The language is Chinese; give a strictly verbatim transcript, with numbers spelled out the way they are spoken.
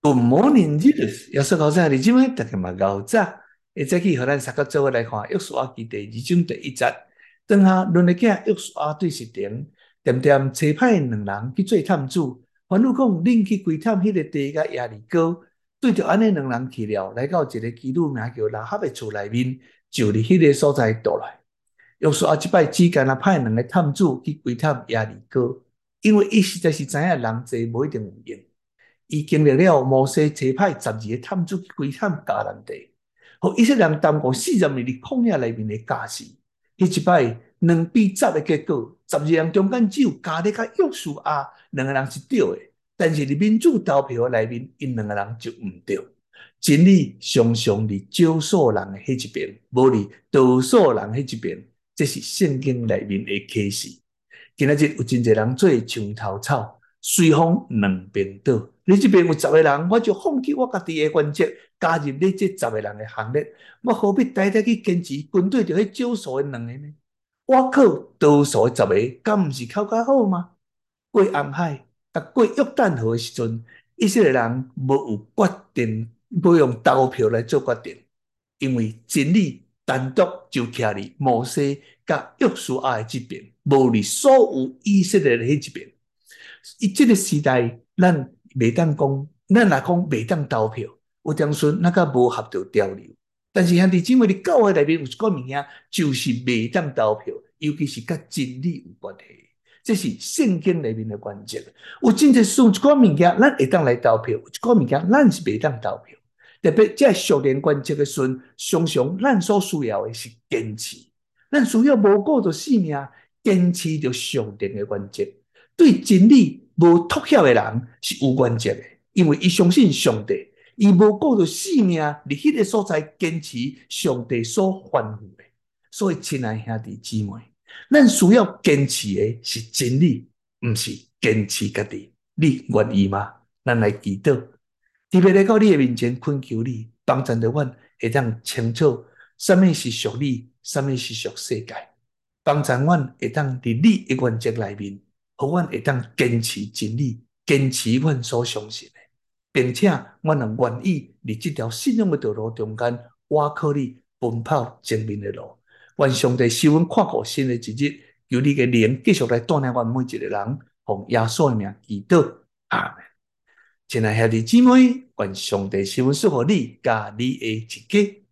Good morning, Jesus！耶稣好，你今晚大家嘛熬早，会早起和咱三个做伙来看《约书亚记》第二章第一节。当下论的囝约书亚对士田，点点差派两人去做探子。凡鲁讲，恁去窥探迄个地甲耶利哥，对着安尼两人去了，来到一个基督名叫拉哈的厝内面，就伫迄个所在倒来。约书亚即摆只干那派两个探子去窥探耶利哥，因为伊实在是知影人济无一定有用。伊经历了摩西差派十二个探子去窥探迦南地，互以色列人耽误四十年伫旷野内面的假死。迄一摆两比十的结果，十二人中间只有迦勒甲约书亚两个人是对的，但是伫民主投票内面，因两个人就毋对。真理常常伫少数人的迄一边，无伫多数人迄一边，这是圣经内面的启示。今仔日有真侪人做墙头草，随风两边倒。你这边有十个人，我就放弃我家己的原则，加入你这十个人的行列。我何必呆呆去坚持军队着迄少数的两个呢？我靠多数的十个，敢毋是靠较好吗？过红海，甲过约旦河的时阵，以色列人无有决定，要用投票来做决定，因为真理单独就徛伫摩西甲约书亚的这边，无伫所有以色列的迄一边。伊即个时代，咱袂当讲，咱若讲袂当投票，有当时那个无合着潮流。但是兄弟姊妹，你教会内面有一个物件，就是袂当投票，尤其是甲真理有关系。这是圣经里面的原则。有真侪事，一个物件咱会当来投票，一个物件咱是袂当投票。特别在属灵原则的时阵，常常咱所需要的是坚持。咱需要无过着性命，坚持着上帝的原则。对真理无妥协的人是有原则的，因为伊相信上帝，伊无顾着性命，伫迄个所在坚持上帝所吩咐的。所以，亲爱兄弟姊妹，咱需要坚持的是真理，毋是坚持家己。你愿意吗？咱来祈祷，特别来到你的面前恳求你，帮助着阮会当清楚什么是属你，什么是属世界，帮助阮会当伫你的原则内面。互阮会当坚持真理，坚持阮所相信的，并且阮能愿意伫这条信仰的道路中间，倚靠你奔跑前面的路。愿上帝使阮看顾新的一日，由你的灵继续来带领阮每一个人，奉耶稣的名祈祷，阿门。亲爱兄弟姊妹，愿上帝使阮祝福你，甲你的一家。